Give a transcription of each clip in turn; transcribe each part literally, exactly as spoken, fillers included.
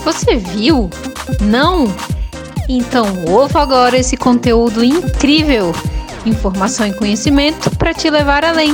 Você viu? Não? Então ouça agora esse conteúdo incrível. Informação e conhecimento para te levar além.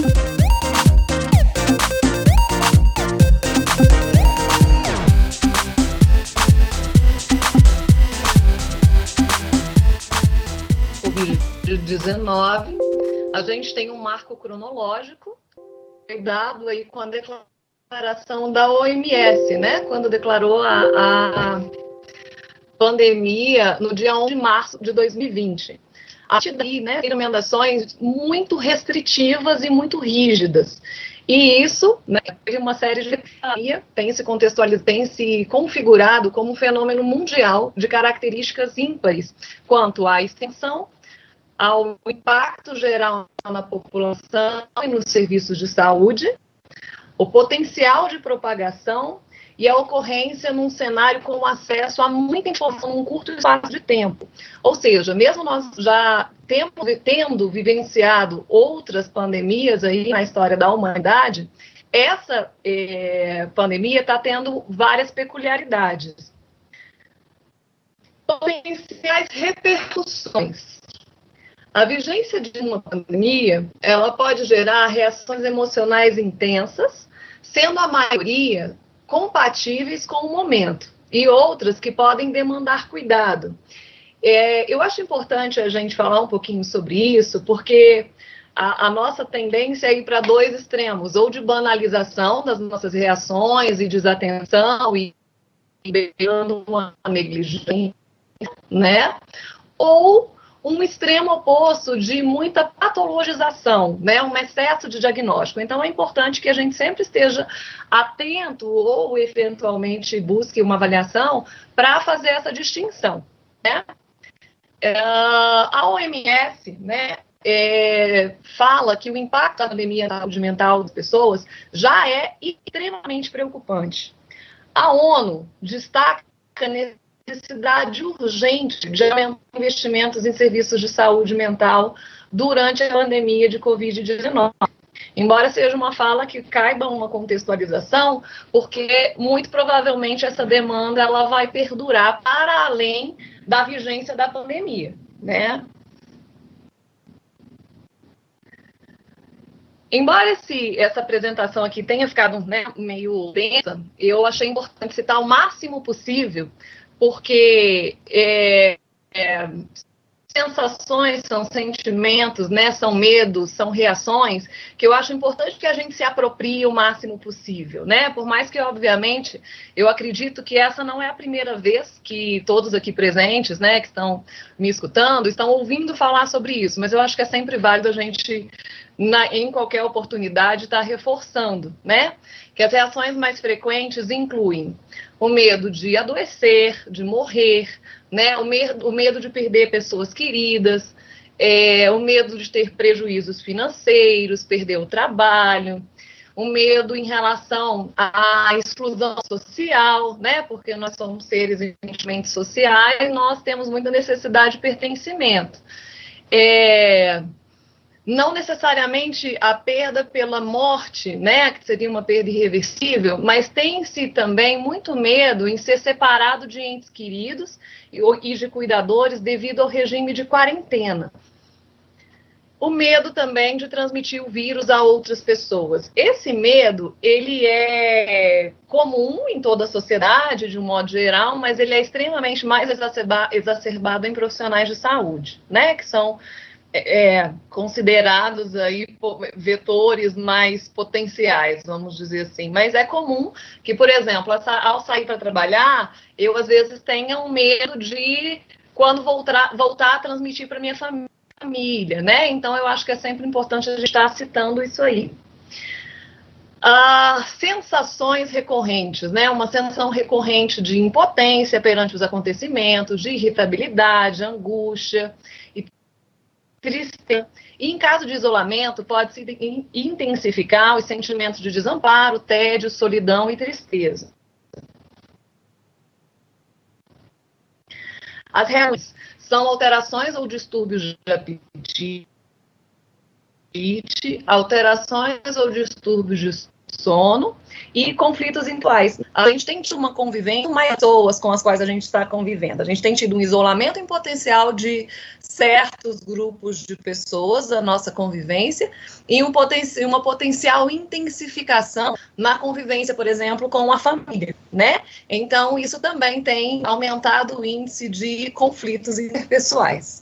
covid dezenove, a gente tem um marco cronológico dado aí com a declaração da O M S, né? Quando declarou a, a pandemia no dia onze de março de dois mil e vinte. A partir daí, né, tem recomendações muito restritivas e muito rígidas. E isso, né, teve uma série de pandemia, tem se contextualizado, tem se configurado como um fenômeno mundial de características ímpares quanto à extensão, ao impacto geral na população e nos serviços de saúde, o potencial de propagação e a ocorrência num cenário com acesso a muita informação num curto espaço de tempo. Ou seja, mesmo nós já temos, tendo vivenciado outras pandemias aí na história da humanidade, essa eh, pandemia está tendo várias peculiaridades. Potenciais repercussões. A vigência de uma pandemia, ela pode gerar reações emocionais intensas, sendo a maioria compatíveis com o momento, e outras que podem demandar cuidado. É, eu acho importante a gente falar um pouquinho sobre isso, porque a, a nossa tendência é ir para dois extremos, ou de banalização das nossas reações e desatenção, e beirando uma negligência, né? Ou um extremo oposto de muita patologização, né, um excesso de diagnóstico. Então, é importante que a gente sempre esteja atento ou, eventualmente, busque uma avaliação para fazer essa distinção, né? A O M S, né, é, fala que o impacto da pandemia na saúde mental das pessoas já é extremamente preocupante. A ONU destaca nesse necessidade urgente de aumentar investimentos em serviços de saúde mental durante a pandemia de covid dezenove. Embora seja uma fala que caiba uma contextualização, porque muito provavelmente essa demanda ela vai perdurar para além da vigência da pandemia, né? Embora esse, essa apresentação aqui tenha ficado, né, meio densa, eu achei importante citar o máximo possível, porque é, é, sensações são sentimentos, né, são medos, são reações, que eu acho importante que a gente se aproprie o máximo possível, né? Por mais que, obviamente, eu acredito que essa não é a primeira vez que todos aqui presentes, né, que estão me escutando, estão ouvindo falar sobre isso, mas eu acho que é sempre válido a gente, na, em qualquer oportunidade, estar reforçando, né? Que as reações mais frequentes incluem o medo de adoecer, de morrer, né? o, medo, o medo de perder pessoas queridas, é, o medo de ter prejuízos financeiros, perder o trabalho, o medo em relação à exclusão social, né? Porque nós somos seres evidentemente sociais, nós temos muita necessidade de pertencimento. É... Não necessariamente a perda pela morte, né, que seria uma perda irreversível, mas tem-se também muito medo em ser separado de entes queridos e de cuidadores devido ao regime de quarentena. O medo também de transmitir o vírus a outras pessoas. Esse medo, ele é comum em toda a sociedade, de um modo geral, mas ele é extremamente mais exacerbado em profissionais de saúde, né, que são É, considerados aí vetores mais potenciais, vamos dizer assim. Mas é comum que, por exemplo, ao sair para trabalhar, eu às vezes tenha um medo de quando voltar, voltar a transmitir para minha família, né? Então eu acho que é sempre importante a gente estar citando isso aí. Ah, sensações recorrentes, né? Uma sensação recorrente de impotência perante os acontecimentos, de irritabilidade, angústia e tristeza. E em caso de isolamento, pode-se intensificar os sentimentos de desamparo, tédio, solidão e tristeza. As reações são alterações ou distúrbios de apetite, alterações ou distúrbios de sono e conflitos intelectuais. A gente tem tido uma convivência com mais pessoas com as quais a gente está convivendo. A gente tem tido um isolamento em potencial de certos grupos de pessoas da nossa convivência e um poten uma potencial intensificação na convivência, por exemplo, com a família, né? Então, isso também tem aumentado o índice de conflitos interpessoais.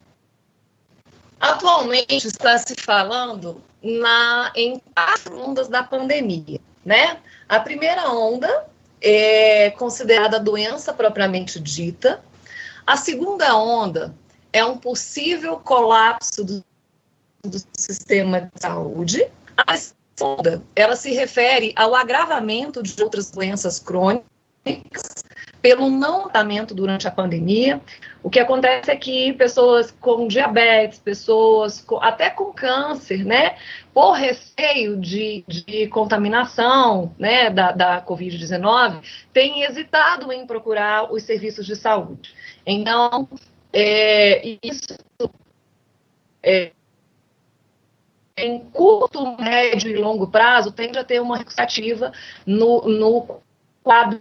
Atualmente está se falando na, em quatro ondas da pandemia, né? A primeira onda é considerada doença propriamente dita. A segunda onda é um possível colapso do, do sistema de saúde. A segunda, ela se refere ao agravamento de outras doenças crônicas pelo não tratamento durante a pandemia. O que acontece é que pessoas com diabetes, pessoas com, até com câncer, né, por receio de, de contaminação, né, da, da covid dezenove, têm hesitado em procurar os serviços de saúde. Então, é, isso é, em curto, médio e longo prazo tende a ter uma recusativa no, no quadro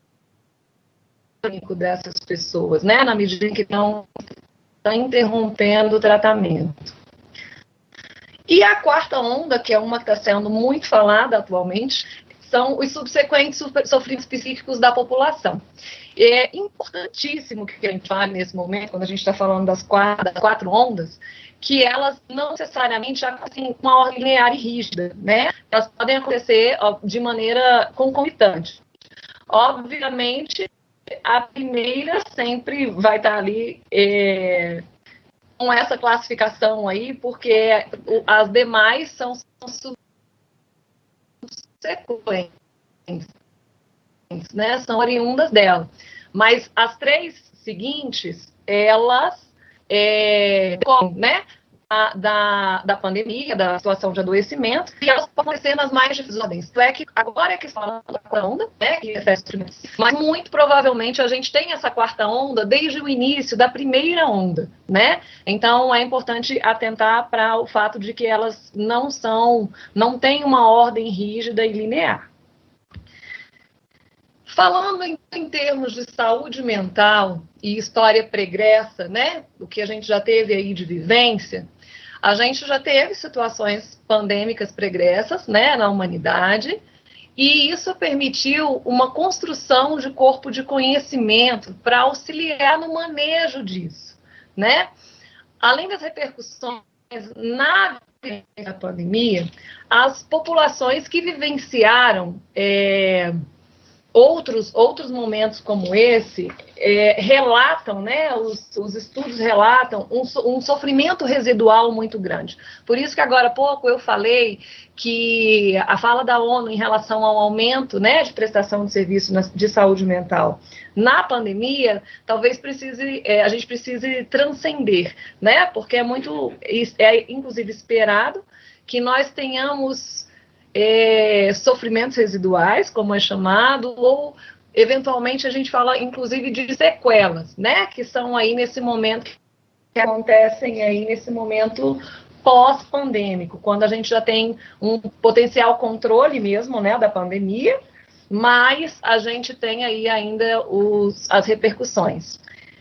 dessas pessoas, né, na medida em que estão, estão interrompendo o tratamento. E a quarta onda, que é uma que está sendo muito falada atualmente, são os subsequentes sofrimentos psíquicos da população. É importantíssimo que a gente fale nesse momento, quando a gente está falando das quatro, das quatro ondas, que elas não necessariamente assim, uma ordem linear e rígida, né? Elas podem acontecer ó, de maneira concomitante. Obviamente, a primeira sempre vai estar ali é, com essa classificação aí, porque as demais são subsequentes, né, são oriundas dela. Mas as três seguintes, elas, é, né, da, da, da pandemia, da situação de adoecimento, e elas podem acontecer nas mais diferentes ordens. É que agora é que falando da quarta onda, né, que é mas muito provavelmente a gente tem essa quarta onda desde o início da primeira onda, né? Então é importante atentar para o fato de que elas não são, não têm uma ordem rígida e linear. Falando em, em termos de saúde mental e história pregressa, né, o que a gente já teve aí de vivência, a gente já teve situações pandêmicas pregressas, né, na humanidade, e isso permitiu uma construção de corpo de conhecimento para auxiliar no manejo disso, né? Além das repercussões na pandemia, as populações que vivenciaram é, Outros, outros momentos como esse é, relatam, né, os, os estudos relatam um, um sofrimento residual muito grande. Por isso que agora há pouco eu falei que a fala da ONU em relação ao aumento, né, de prestação de serviço de saúde mental na pandemia, talvez precise, é, a gente precise transcender, né, porque é muito, é inclusive esperado que nós tenhamos É, sofrimentos residuais, como é chamado, ou eventualmente a gente fala inclusive de sequelas, né, que são aí nesse momento, que acontecem aí nesse momento pós-pandêmico, quando a gente já tem um potencial controle mesmo, né, da pandemia, mas a gente tem aí ainda os, as repercussões.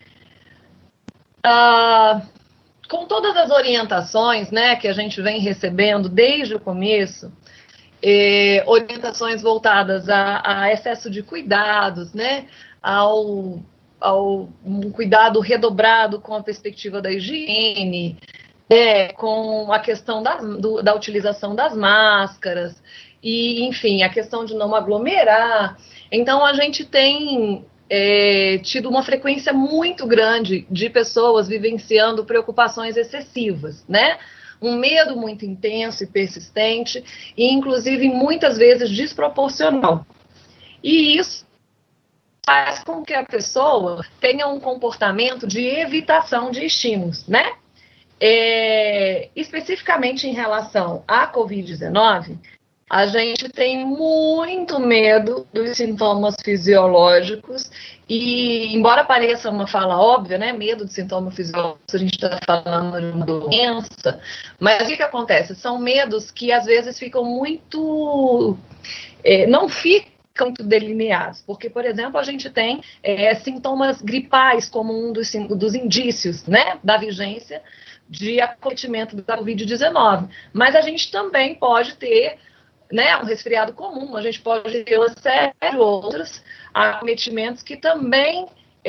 Ah, com todas as orientações, né, que a gente vem recebendo desde o começo, É, orientações voltadas a, a excesso de cuidados, né, ao, ao um cuidado redobrado com a perspectiva da higiene, é, com a questão da, do, da utilização das máscaras, e, enfim, a questão de não aglomerar. Então, a gente tem é, tido uma frequência muito grande de pessoas vivenciando preocupações excessivas, né? Um medo muito intenso e persistente, e inclusive muitas vezes desproporcional. E isso faz com que a pessoa tenha um comportamento de evitação de estímulos, né? É, especificamente em relação à covid dezenove, A gente tem muito medo dos sintomas fisiológicos e, embora pareça uma fala óbvia, né, medo de sintomas fisiológicos, a gente está falando de uma doença, mas o que, que acontece? São medos que às vezes ficam muito... É, não ficam muito delineados, porque, por exemplo, a gente tem é, sintomas gripais como um dos, dos indícios, né, da vigência de acometimento da covid dezenove, mas a gente também pode ter, né, um resfriado comum, a gente pode ter uma série de outros acometimentos que também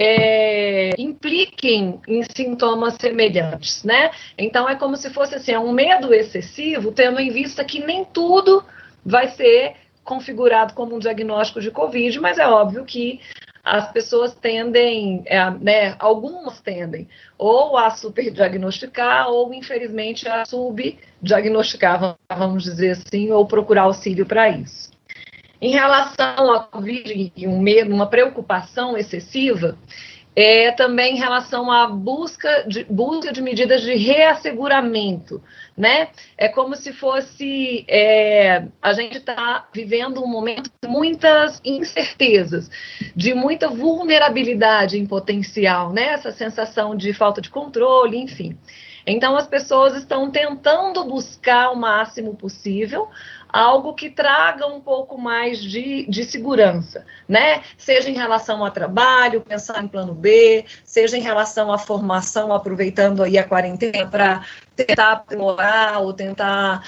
é, impliquem em sintomas semelhantes, né? Então, é como se fosse assim, um medo excessivo, tendo em vista que nem tudo vai ser configurado como um diagnóstico de Covid, mas é óbvio que as pessoas tendem, é, né, algumas tendem ou a superdiagnosticar ou, infelizmente, a subdiagnosticar, vamos dizer assim, ou procurar auxílio para isso. Em relação à Covid e um medo, uma preocupação excessiva, é também em relação à busca de, busca de medidas de reasseguramento, né? É como se fosse, é, a gente está vivendo um momento de muitas incertezas, de muita vulnerabilidade em potencial, né? Essa sensação de falta de controle, enfim. Então, as pessoas estão tentando buscar o máximo possível algo que traga um pouco mais de, de segurança, né? Seja em relação ao trabalho, pensar em plano B, seja em relação à formação, aproveitando aí a quarentena para tentar aprimorar ou tentar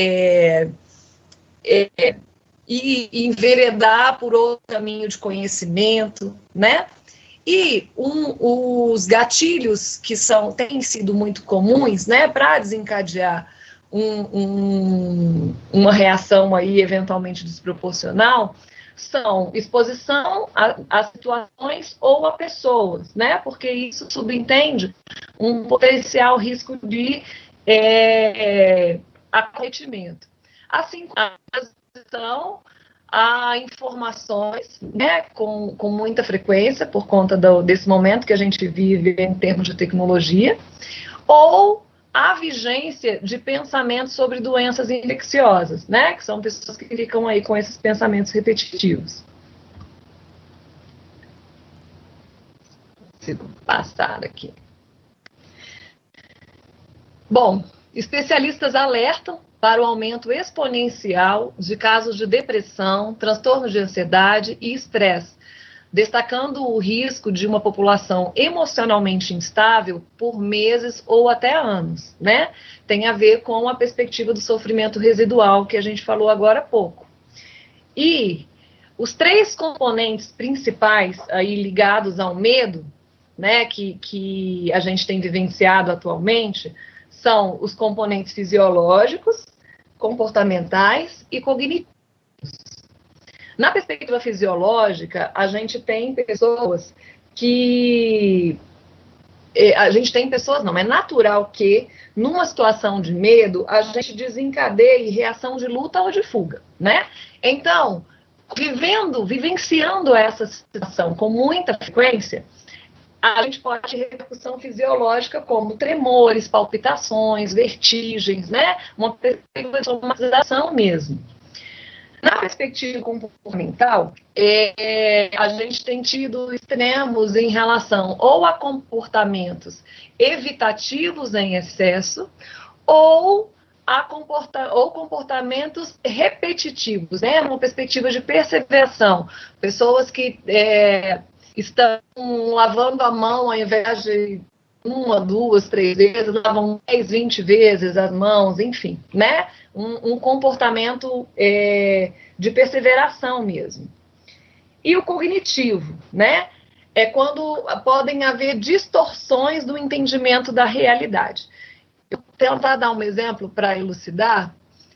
é, é, e enveredar por outro caminho de conhecimento, né? E um, os gatilhos que são, têm sido muito comuns, né, para desencadear um, um, uma reação aí eventualmente desproporcional, são exposição a, a situações ou a pessoas, né, porque isso subentende um potencial risco de é, acometimento. Assim como a exposição a informações, né, com, com muita frequência, por conta do, desse momento que a gente vive em termos de tecnologia, ou a vigência de pensamentos sobre doenças infecciosas, né, que são pessoas que ficam aí com esses pensamentos repetitivos. Consigo passar aqui. Bom, especialistas alertam para o aumento exponencial de casos de depressão, transtornos de ansiedade e estresse, destacando o risco de uma população emocionalmente instável por meses ou até anos, né? Tem a ver com a perspectiva do sofrimento residual que a gente falou agora há pouco. E os três componentes principais aí ligados ao medo, né, que, que a gente tem vivenciado atualmente, são os componentes fisiológicos, comportamentais e cognitivos. Na perspectiva fisiológica, a gente tem pessoas que... A gente tem pessoas, não, é natural que, numa situação de medo, a gente desencadeie reação de luta ou de fuga, né? Então, vivendo, vivenciando essa situação com muita frequência, a gente pode ter repercussão fisiológica como tremores, palpitações, vertigens, né? Uma perspectiva de somatização mesmo. Na perspectiva comportamental, é, a gente tem tido extremos em relação ou a comportamentos evitativos em excesso ou a comporta, ou comportamentos repetitivos, né? Uma perspectiva de perseveração. Pessoas que... É, estão lavando a mão ao invés de uma, duas, três vezes, lavam dez, vinte vezes as mãos, enfim, né? Um, um comportamento é, de perseveração mesmo. E o cognitivo, né? É quando podem haver distorções do entendimento da realidade. Eu vou tentar dar um exemplo para elucidar.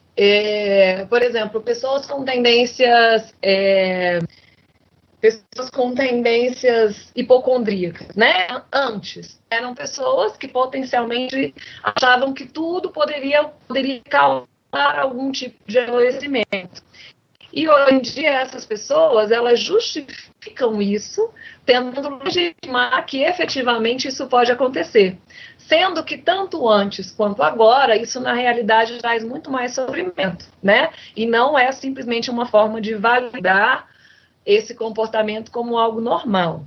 É, por exemplo, pessoas com tendências... É, pessoas com tendências hipocondríacas, né? Antes, eram pessoas que potencialmente achavam que tudo poderia, poderia causar algum tipo de adoecimento. E hoje em dia, essas pessoas, elas justificam isso tentando legitimar que efetivamente isso pode acontecer. Sendo que tanto antes quanto agora, isso na realidade traz muito mais sofrimento, né? E não é simplesmente uma forma de validar esse comportamento como algo normal.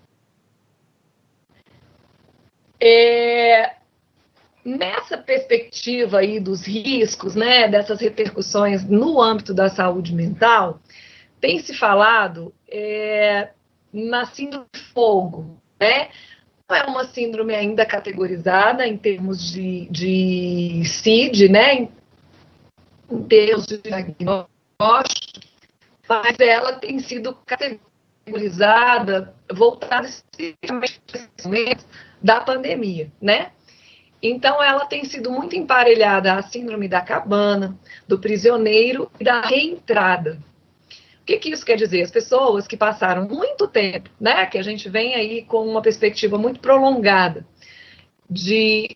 É, nessa perspectiva aí dos riscos, né, dessas repercussões no âmbito da saúde mental, tem se falado é, na síndrome de fogo, né? Não é uma síndrome ainda categorizada em termos de, de C I D, né? Em, em termos de diagnóstico, mas ela tem sido categorizada, voltada especificamente da pandemia, né? Então, ela tem sido muito emparelhada à síndrome da cabana, do prisioneiro e da reentrada. O que, que isso quer dizer? As pessoas que passaram muito tempo, né, que a gente vem aí com uma perspectiva muito prolongada de,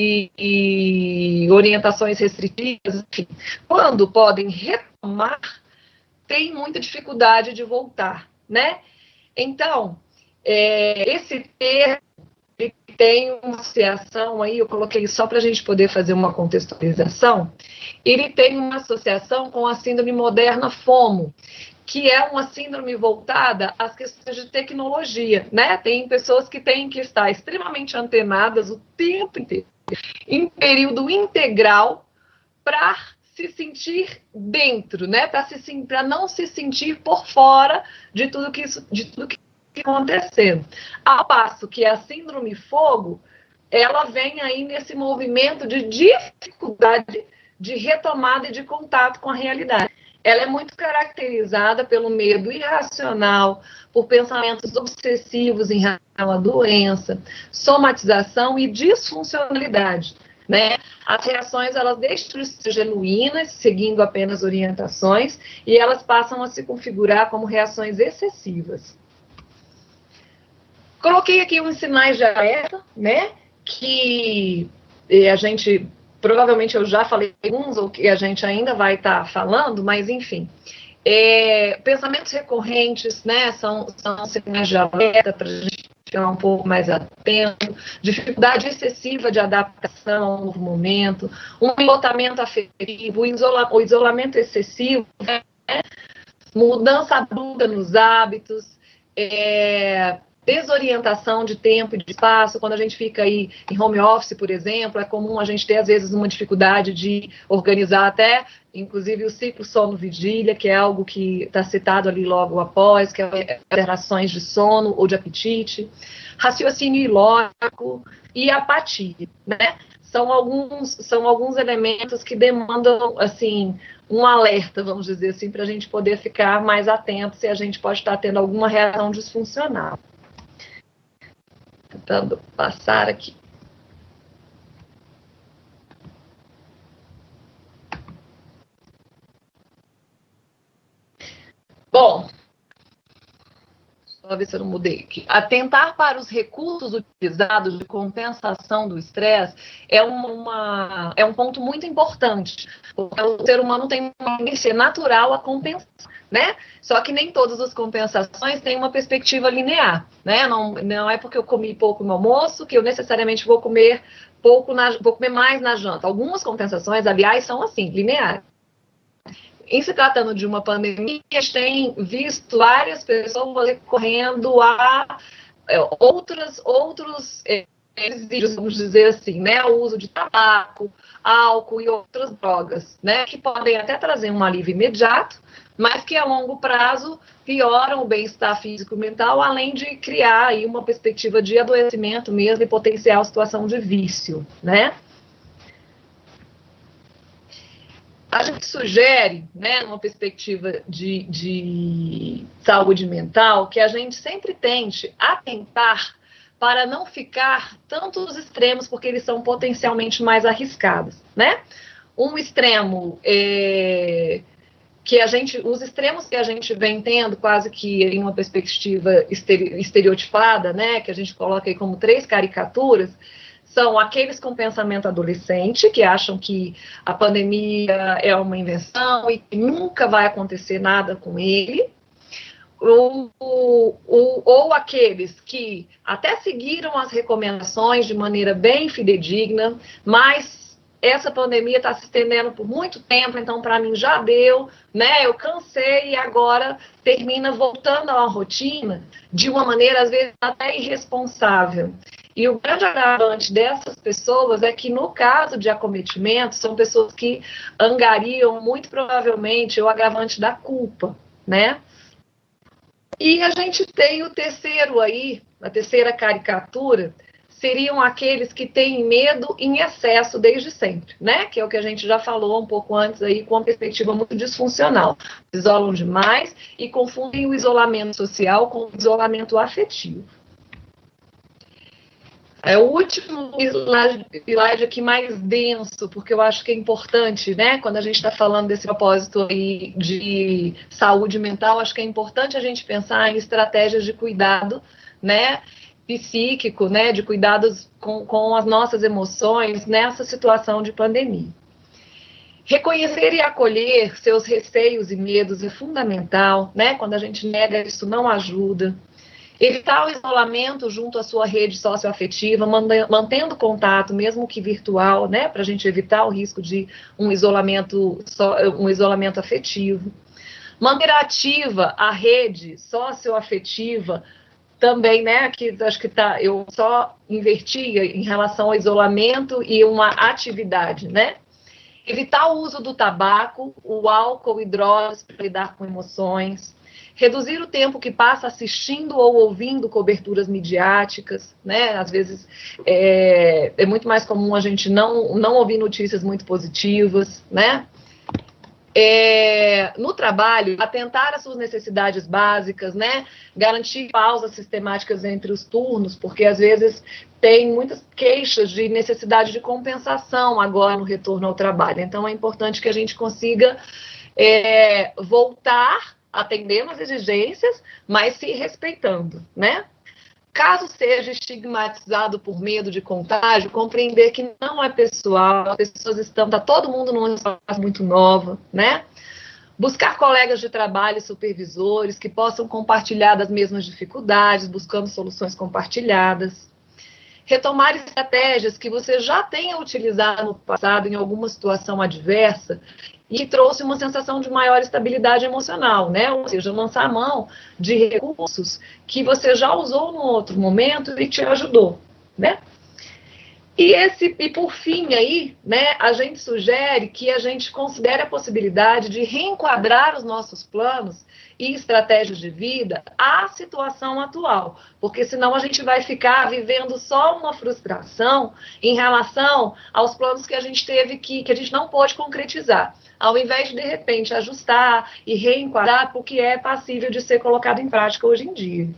de orientações restritivas, enfim, quando podem retomar, tem muita dificuldade de voltar, né? Então, é, esse termo tem uma associação aí, eu coloquei só para a gente poder fazer uma contextualização, ele tem uma associação com a síndrome moderna FOMO, que é uma síndrome voltada às questões de tecnologia, né? Tem pessoas que têm que estar extremamente antenadas o tempo inteiro, em período integral, para se sentir dentro, né? Para não se sentir por fora de tudo que isso, de tudo que está acontecendo. Ao passo que a síndrome fogo, ela vem aí nesse movimento de dificuldade de retomada e de contato com a realidade. Ela é muito caracterizada pelo medo irracional, por pensamentos obsessivos em relação à doença, somatização e disfuncionalidade, né? As reações, elas deixam de ser genuínas, seguindo apenas orientações, e elas passam a se configurar como reações excessivas. Coloquei aqui uns sinais de alerta, né? Que a gente... Provavelmente eu já falei alguns, ou que a gente ainda vai estar tá falando, mas enfim. É, pensamentos recorrentes, né, são, são sinais de alerta para a gente ficar um pouco mais atento, dificuldade excessiva de adaptação ao novo momento, um embotamento afetivo, o, isola, o isolamento excessivo, né, mudança abrupta nos hábitos, é, desorientação de tempo e de espaço. Quando a gente fica aí em home office, por exemplo, é comum a gente ter, às vezes, uma dificuldade de organizar até, inclusive, o ciclo sono-vigília, que é algo que está citado ali logo após, que é alterações de sono ou de apetite, raciocínio ilógico e apatia, né? São alguns, são alguns elementos que demandam, assim, um alerta, vamos dizer assim, para a gente poder ficar mais atento se a gente pode estar tendo alguma reação disfuncional. Tentando passar aqui. Bom, só ver se eu não mudei aqui. Atentar para os recursos utilizados de compensação do estresse é, uma, é um ponto muito importante, porque o ser humano tem uma tendência natural a compensar, né? Só que nem todas as compensações têm uma perspectiva linear, né? Não, não é porque eu comi pouco no almoço que eu necessariamente vou comer pouco, na, vou comer mais na janta. Algumas compensações, aliás, são assim, lineares. Em se tratando de uma pandemia, a gente tem visto várias pessoas recorrendo a é, outras, outros resíduos, vamos dizer assim, né? O uso de tabaco, álcool e outras drogas, né? Que podem até trazer um alívio imediato, mas que a longo prazo pioram o bem-estar físico e mental, além de criar aí uma perspectiva de adoecimento mesmo e potencial situação de vício, né? A gente sugere, né, numa perspectiva de, de saúde mental, que a gente sempre tente atentar para não ficar tanto nos extremos, porque eles são potencialmente mais arriscados, né? Um extremo é, que a gente, os extremos que a gente vem tendo, quase que em uma perspectiva estereotipada, né, que a gente coloca aí como três caricaturas, são aqueles com pensamento adolescente, que acham que a pandemia é uma invenção e que nunca vai acontecer nada com ele. ou, ou, ou aqueles que até seguiram as recomendações de maneira bem fidedigna, mas essa pandemia está se estendendo por muito tempo, então para mim já deu, né? Eu cansei e agora termina voltando a uma rotina de uma maneira, às vezes, até irresponsável. E o grande agravante dessas pessoas é que, no caso de acometimento, são pessoas que angariam, muito provavelmente, o agravante da culpa, né? E a gente tem o terceiro aí, a terceira caricatura, seriam aqueles que têm medo em excesso desde sempre, né? Que é o que a gente já falou um pouco antes aí, com uma perspectiva muito disfuncional. Isolam demais e confundem o isolamento social com o isolamento afetivo. É o último slide aqui mais denso, porque eu acho que é importante, né? Quando a gente está falando desse propósito aí de saúde mental, acho que é importante a gente pensar em estratégias de cuidado, né? Psíquico, né? De cuidados com, com as nossas emoções nessa situação de pandemia. Reconhecer e acolher seus receios e medos é fundamental, né? Quando a gente nega, isso não ajuda. Evitar o isolamento junto à sua rede socioafetiva, mantendo contato, mesmo que virtual, né, para a gente evitar o risco de um isolamento, um isolamento afetivo. Manter ativa a rede socioafetiva também, né, que acho que tá, eu só invertia em relação ao isolamento e uma atividade, né. Evitar o uso do tabaco, o álcool e drogas para lidar com emoções. Reduzir o tempo que passa assistindo ou ouvindo coberturas midiáticas, né? Às vezes é, é muito mais comum a gente não, não ouvir notícias muito positivas, né? É, no trabalho, atentar às suas necessidades básicas, né? Garantir pausas sistemáticas entre os turnos, porque às vezes tem muitas queixas de necessidade de compensação agora no retorno ao trabalho. Então é importante que a gente consiga é, voltar atendendo às exigências, mas se respeitando, né? Caso seja estigmatizado por medo de contágio, compreender que não é pessoal, as pessoas estão, tá todo mundo numa situação muito nova, né? Buscar colegas de trabalho e supervisores que possam compartilhar das mesmas dificuldades, buscando soluções compartilhadas. Retomar estratégias que você já tenha utilizado no passado em alguma situação adversa e trouxe uma sensação de maior estabilidade emocional, né? Ou seja, lançar a mão de recursos que você já usou num outro momento e te ajudou, né? E, esse, e por fim aí, né, a gente sugere que a gente considere a possibilidade de reenquadrar os nossos planos e estratégias de vida à situação atual, porque senão a gente vai ficar vivendo só uma frustração em relação aos planos que a gente teve que, que a gente não pôde concretizar, ao invés de, de repente, ajustar e reenquadrar para o que é passível de ser colocado em prática hoje em dia.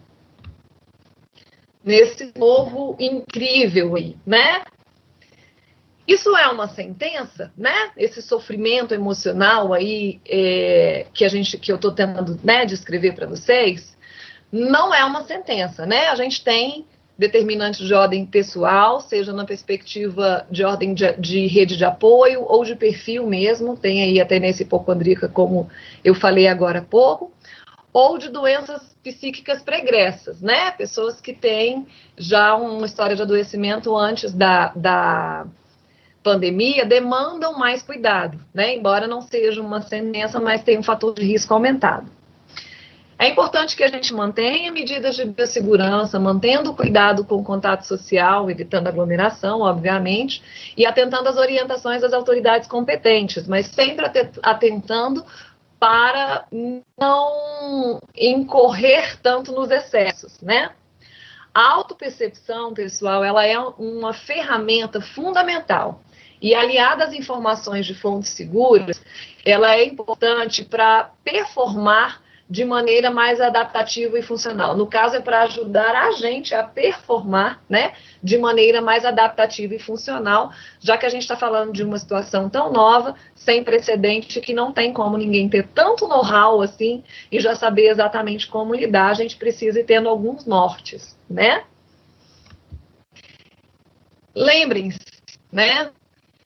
Nesse novo incrível aí, né? Isso é uma sentença, né? Esse sofrimento emocional aí é, que a gente, que eu estou tentando, né, descrever para vocês, não é uma sentença, né? A gente tem determinantes de ordem pessoal, seja na perspectiva de ordem de, de rede de apoio ou de perfil mesmo, tem aí a tendência hipocondríaca, como eu falei agora há pouco, ou de doenças psíquicas pregressas, né? Pessoas que têm já uma história de adoecimento antes da, da pandemia demandam mais cuidado, né? Embora não seja uma sentença, mas tem um fator de risco aumentado. É importante que a gente mantenha medidas de biossegurança, mantendo cuidado com o contato social, evitando aglomeração, obviamente, e atentando às orientações das autoridades competentes, mas sempre atentando para não incorrer tanto nos excessos, né? A autopercepção, pessoal, ela é uma ferramenta fundamental e, aliada às informações de fontes seguras, ela é importante para performar de maneira mais adaptativa e funcional. No caso, é para ajudar a gente a performar, né, de maneira mais adaptativa e funcional, já que a gente está falando de uma situação tão nova, sem precedente, que não tem como ninguém ter tanto know-how assim e já saber exatamente como lidar. A gente precisa ir tendo alguns nortes, né? Lembrem-se, né?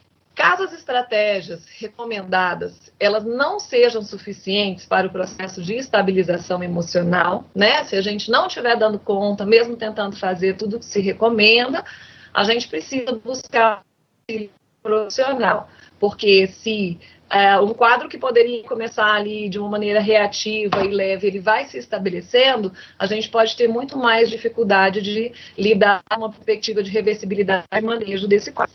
caso as estratégias recomendadas elas não sejam suficientes para o processo de estabilização emocional, né? Se a gente não estiver dando conta, mesmo tentando fazer tudo o que se recomenda, a gente precisa buscar um profissional, porque se é, um quadro que poderia começar ali de uma maneira reativa e leve, ele vai se estabelecendo, a gente pode ter muito mais dificuldade de lidar com uma perspectiva de reversibilidade e manejo desse quadro.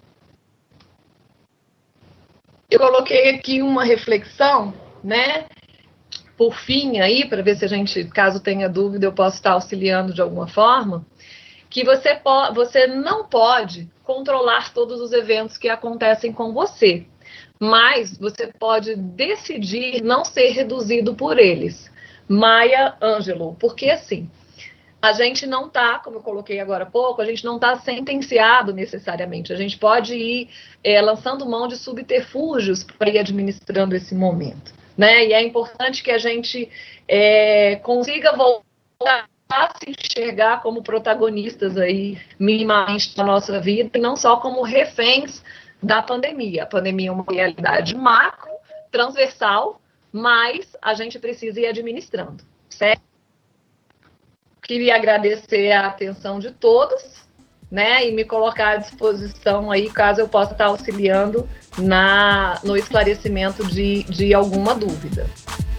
Eu coloquei aqui uma reflexão, né, por fim aí, para ver se a gente, caso tenha dúvida, eu posso estar auxiliando de alguma forma, que você, po- você não pode controlar todos os eventos que acontecem com você, mas você pode decidir não ser reduzido por eles. Maya Angelou, porque assim, a gente não está, como eu coloquei agora há pouco, a gente não está sentenciado necessariamente. A gente pode ir é, lançando mão de subterfúgios para ir administrando esse momento, né? E é importante que a gente é, consiga voltar a se enxergar como protagonistas aí, minimamente, da nossa vida, e não só como reféns da pandemia. A pandemia é uma realidade macro, transversal, mas a gente precisa ir administrando, certo? Queria agradecer a atenção de todos, né, e me colocar à disposição aí, caso eu possa estar auxiliando na, no esclarecimento de, de alguma dúvida.